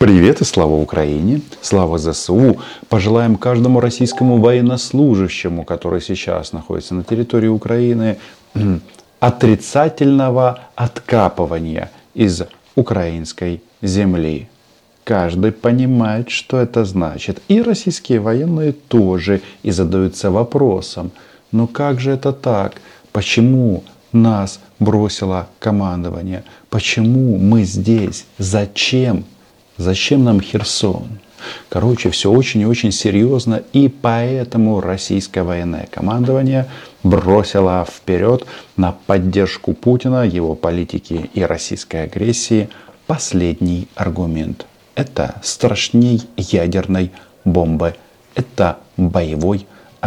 Привет и слава Украине, слава ЗСУ. Пожелаем каждому российскому военнослужащему, который сейчас находится на территории Украины, отрицательного откапывания из украинской земли. Каждый понимает, что это значит. И российские военные тоже. И задаются вопросом, ну как же это так? Почему нас бросило командование? Почему мы здесь? Зачем? Зачем нам Херсон? Короче, все очень и очень серьезно. И поэтому российское военное командование бросило вперед на поддержку Путина, его политики и российской агрессии последний аргумент. Это страшней ядерной бомбы. Это боевой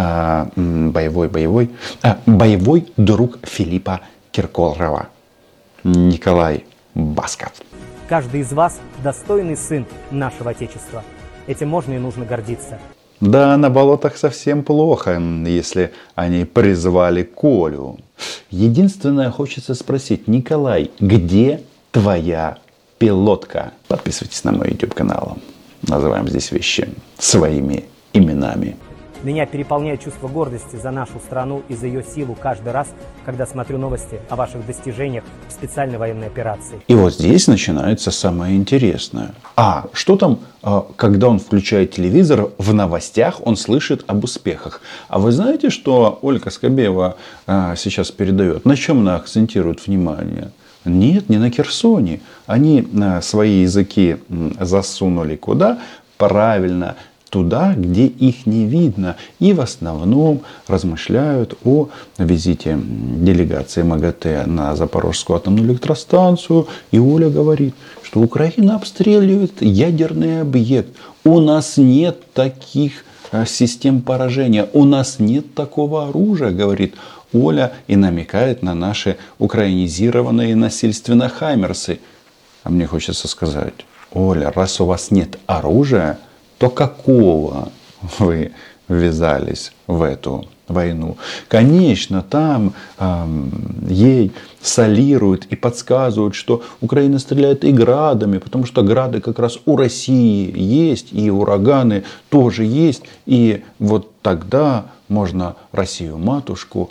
друг Филиппа Киркорова. Николай Басков. Каждый из вас достойный сын нашего Отечества. Этим можно и нужно гордиться. Да, на болотах совсем плохо, если они призвали Колю. Единственное, хочется спросить, Николай, где твоя пилотка? Подписывайтесь на мой YouTube канал. Называем здесь вещи своими именами. Меня переполняет чувство гордости за нашу страну и за ее силу каждый раз, когда смотрю новости о ваших достижениях в специальной военной операции. И вот здесь начинается самое интересное. А что там, когда он включает телевизор, в новостях он слышит об успехах? А вы знаете, что Ольга Скобеева сейчас передает? На чем она акцентирует внимание? Нет, не на Херсоне. Они свои языки засунули куда? Правильно. Туда, где их не видно. И в основном размышляют о визите делегации МАГАТЭ на Запорожскую атомную электростанцию. И Оля говорит, что Украина обстреливает ядерный объект. У нас нет таких систем поражения. У нас нет такого оружия, говорит Оля, и намекает на наши украинизированные насильственно хаймерсы. А мне хочется сказать, Оля, раз у вас нет оружия, то какого вы ввязались в эту войну? Конечно, там ей солируют и подсказывают, что Украина стреляет и градами, потому что грады как раз у России есть, и ураганы тоже есть. И вот тогда можно Россию-матушку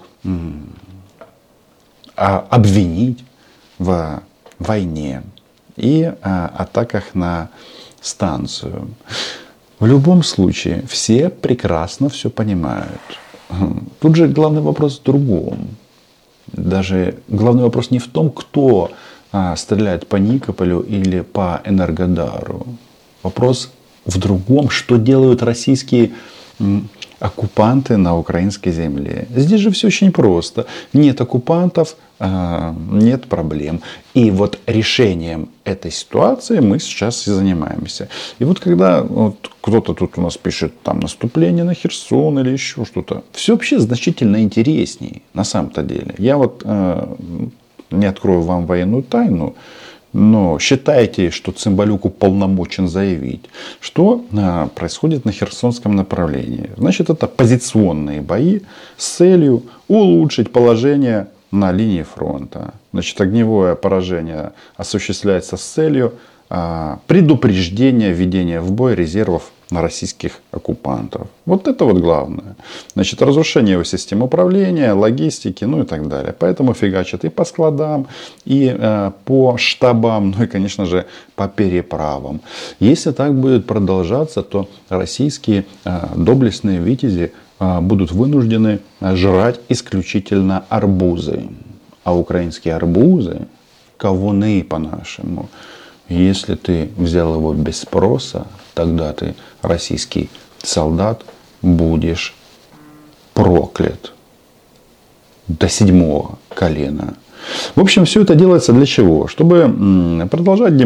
обвинить в войне и атаках на станцию. В любом случае, все прекрасно все понимают. Тут же главный вопрос в другом. Даже главный вопрос не в том, кто стреляет по Никополю или по Энергодару. Вопрос в другом, что делают российские оккупанты на украинской земле. Здесь же все очень просто. Нет оккупантов, нет проблем. И вот решением этой ситуации мы сейчас и занимаемся. И вот когда вот кто-то тут у нас пишет там наступление на Херсон или еще что-то, все вообще значительно интереснее на самом-то деле. Я вот не открою вам военную тайну, но считайте, что Цымбалюк уполномочен заявить, что происходит на Херсонском направлении. Значит, это позиционные бои с целью улучшить положение на линии фронта. Значит, огневое поражение осуществляется с целью предупреждения введения в бой резервов на российских оккупантов. Вот это вот главное. Значит, разрушение его системы управления, логистики, ну и так далее. Поэтому фигачат и по складам, и по штабам, ну и, конечно же, по переправам. Если так будет продолжаться, то российские доблестные витязи будут вынуждены жрать исключительно арбузы. А украинские арбузы, кавуны по-нашему, если ты взял его без спроса, тогда ты, российский солдат, будешь проклят до 7-го колена. В общем, все это делается для чего? Чтобы продолжать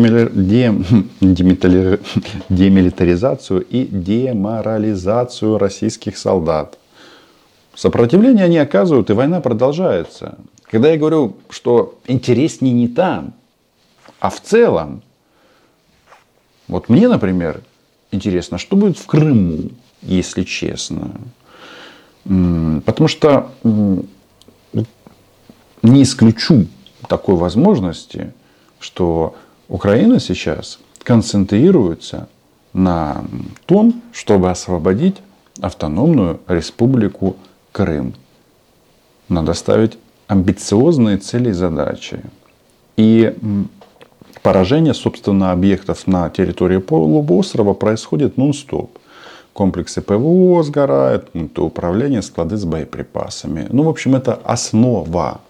демилитаризацию и деморализацию российских солдат. Сопротивление они оказывают, и война продолжается. Когда я говорю, что интереснее не там, а в целом, вот мне, например, интересно, что будет в Крыму, если честно. Потому что не исключу такой возможности, что Украина сейчас концентрируются на том, чтобы освободить автономную республику Крым. Надо ставить амбициозные цели и задачи. И поражение, собственно, объектов на территории полуострова происходит нон-стоп. Комплексы ПВО сгорают, пункты управления, склады с боеприпасами. Ну, в общем, это основа.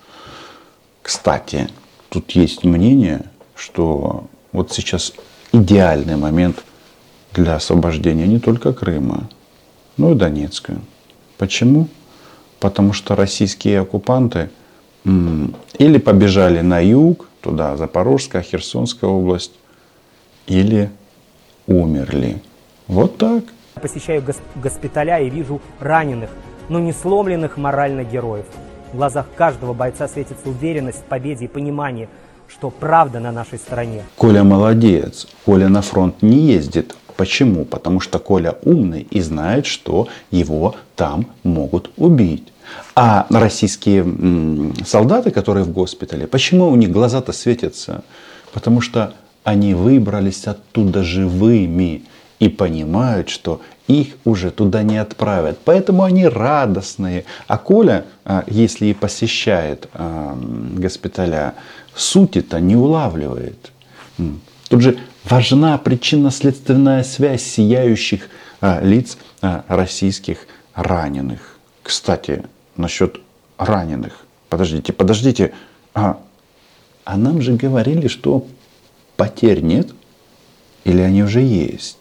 Кстати, тут есть мнение, что вот сейчас идеальный момент для освобождения не только Крыма, но и Донецка. Почему? Потому что российские оккупанты или побежали на юг, туда, Запорожская, Херсонская область, или умерли. Вот так. Посещаю госпиталя и вижу раненых, но не сломленных морально героев. В глазах каждого бойца светится уверенность в победе и понимание, что правда на нашей стороне. Коля молодец. Коля на фронт не ездит. Почему? Потому что Коля умный и знает, что его там могут убить. А российские солдаты, которые в госпитале, почему у них глаза-то светятся? Потому что они выбрались оттуда живыми и понимают, что их уже туда не отправят. Поэтому они радостные. А Коля, если и посещает госпиталя, сути-то не улавливает. Тут же важна причинно-следственная связь нам лиц российских раненых. Кстати, насчет раненых. Подождите. А нам же говорили, что потерь нет? Или они уже есть?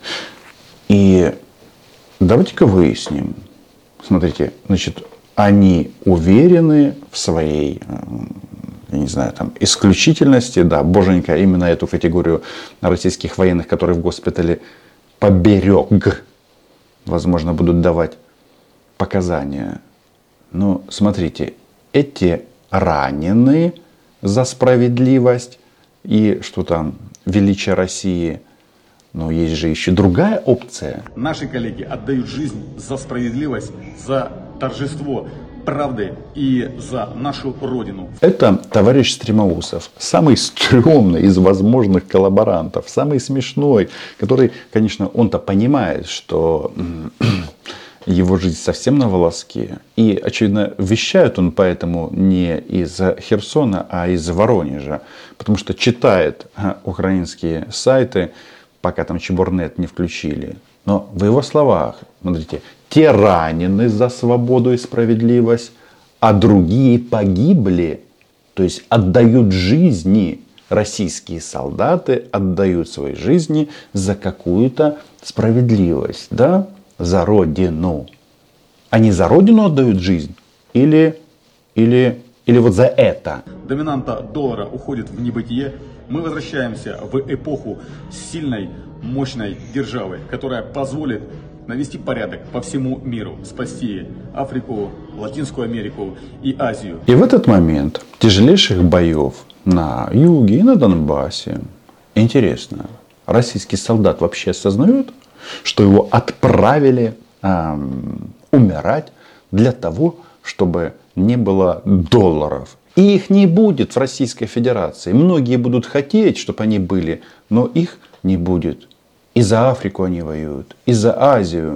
И давайте-ка выясним. Смотрите, значит, они уверены в своей, я не знаю, там, исключительности. Да, боженька именно эту категорию российских военных, которые в госпитале поберег, возможно, будут давать показания. Но смотрите, эти раненые за справедливость и что там, величие России. Но есть же еще другая опция. Наши коллеги отдают жизнь за справедливость, за торжество правды и за нашу Родину. Это товарищ Стремоусов. Самый стрёмный из возможных коллаборантов. Самый смешной. Который, конечно, он-то понимает, что его жизнь совсем на волоске. И, очевидно, вещает он поэтому не из Херсона, а из Воронежа. Потому что читает украинские сайты, пока там Чебурнет не включили. Но в его словах, смотрите, те ранены за свободу и справедливость, а другие погибли. То есть отдают жизни. Российские солдаты отдают свои жизни за какую-то справедливость. Да? За Родину. Они за Родину отдают жизнь? Или вот за это? Доминанта доллара уходит в небытие. Мы возвращаемся в эпоху сильной, мощной державы, которая позволит навести порядок по всему миру, спасти Африку, Латинскую Америку и Азию. И в этот момент тяжелейших боев на юге и на Донбассе, интересно, российский солдат вообще осознает, что его отправили умирать для того, чтобы не было долларов. И их не будет в Российской Федерации. Многие будут хотеть, чтобы они были, но их не будет. И за Африку они воюют, и за Азию.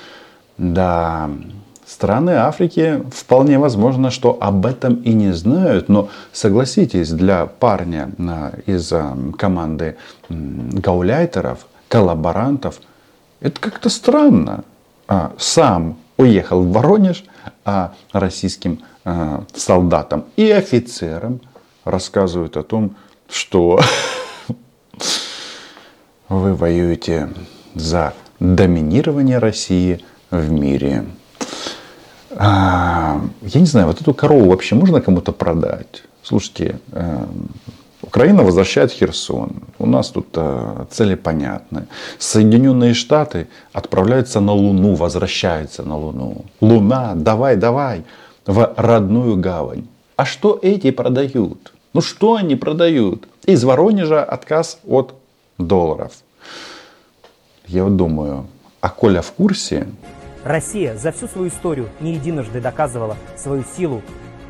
Да, страны Африки вполне возможно, что об этом и не знают. Но согласитесь, для парня из команды гауляйтеров, коллаборантов, это как-то странно. Сам уехал в Воронеж, а российским солдатам и офицерам рассказывают о том, что вы воюете за доминирование России в мире. Я не знаю, вот эту корову вообще можно кому-то продать? Слушайте, Украина возвращает Херсон. У нас тут цели понятны. Соединенные Штаты отправляются на Луну, возвращаются на Луну. Луна, давай, в родную гавань. А что эти продают? Ну что они продают? Из Воронежа отказ от долларов. Я вот думаю, а Коля в курсе? Россия за всю свою историю не единожды доказывала свою силу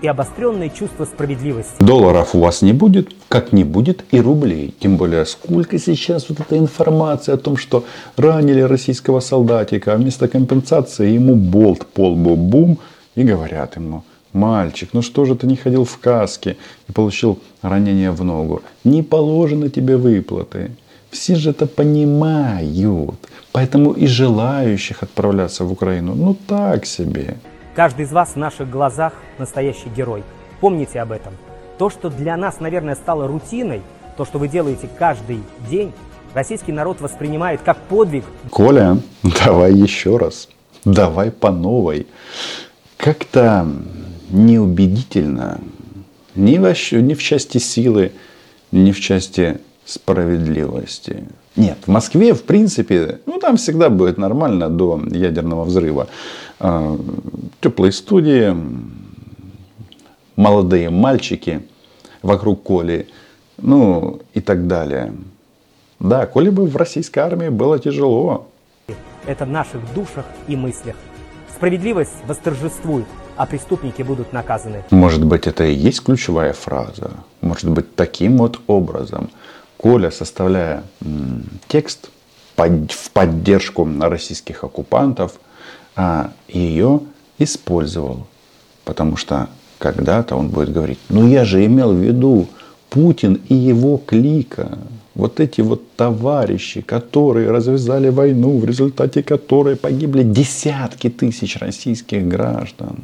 и обостренное чувство справедливости. Долларов у вас не будет, как не будет и рублей. Тем более, сколько сейчас вот эта информация о том, что ранили российского солдатика, а вместо компенсации ему болт по лбу бум, и говорят ему: мальчик, ну что же ты не ходил в каске и получил ранение в ногу? Не положено тебе выплаты. Все же это понимают. Поэтому и желающих отправляться в Украину, ну так себе. Каждый из вас в наших глазах настоящий герой. Помните об этом. То, что для нас, наверное, стало рутиной, то, что вы делаете каждый день, российский народ воспринимает как подвиг. Коля, давай еще раз. Давай по новой. Как-то неубедительно. Ни в части силы, ни в части справедливости. Нет, в Москве, в принципе, ну там всегда будет нормально до ядерного взрыва. Теплые студии, молодые мальчики вокруг Коли, ну и так далее. Да, Коле бы в российской армии было тяжело. Это в наших душах и мыслях. Справедливость восторжествует, а преступники будут наказаны. Может быть, это и есть ключевая фраза. Может быть, таким вот образом Коля, составляя текст в поддержку российских оккупантов, ее использовал. Потому что когда-то он будет говорить: ну я же имел в виду Путин и его клика. Вот эти вот товарищи, которые развязали войну, в результате которой погибли десятки тысяч российских граждан.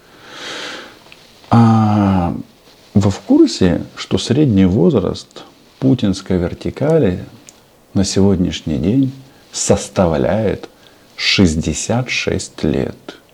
А вы в курсе, что средний возраст путинской вертикали на сегодняшний день составляет 66 лет?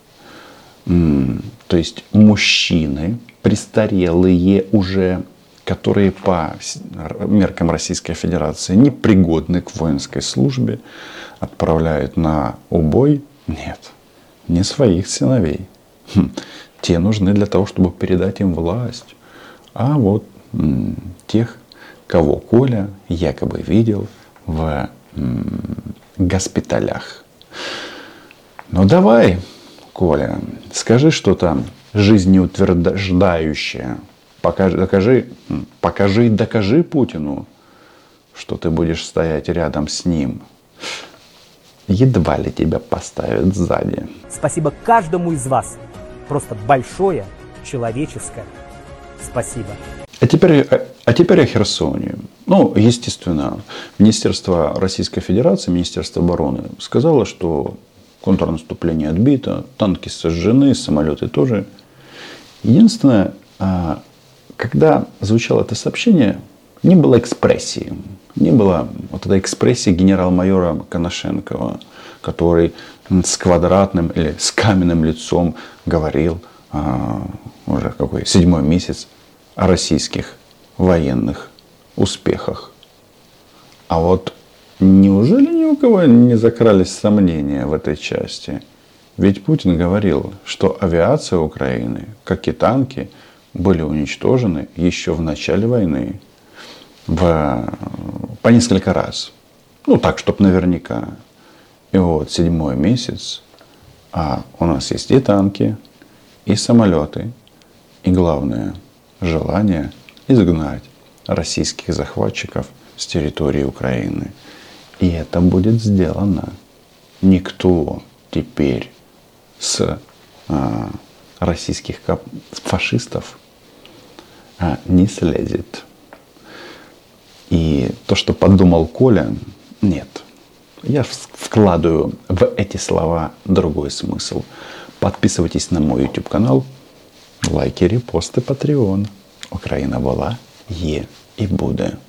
То есть мужчины престарелые уже, которые по меркам Российской Федерации непригодны к воинской службе, отправляют на убой, нет, не своих сыновей. Те нужны для того, чтобы передать им власть. А вот тех, кого Коля якобы видел в госпиталях. Ну давай, Коля, скажи что-то жизнеутверждающее. Докажи Путину, что ты будешь стоять рядом с ним. Едва ли тебя поставят сзади. Спасибо каждому из вас. Просто большое человеческое спасибо. А теперь о Херсоне. Ну, естественно, Министерство Российской Федерации, Министерство обороны сказало, что контрнаступление отбито, танки сожжены, самолеты тоже. Единственное, когда звучало это сообщение, не было экспрессии. Не было вот этой экспрессии генерал-майора Коношенкова, который с квадратным или с каменным лицом говорил уже какой 7-й месяц о российских военных успехах. А вот неужели ни у кого не закрались сомнения в этой части? Ведь Путин говорил, что авиация Украины, как и танки, были уничтожены еще в начале войны. По несколько раз. Ну так, чтобы наверняка. И вот 7-й месяц, а у нас есть и танки, и самолеты, и главное, желание изгнать российских захватчиков с территории Украины. И это будет сделано. Никто теперь с российских фашистов не слезет. И то, что подумал Коля, нет. Я вкладываю в эти слова другой смысл. Подписывайтесь на мой YouTube канал. Лайки, репости, Patreon. Україна була, є і буде.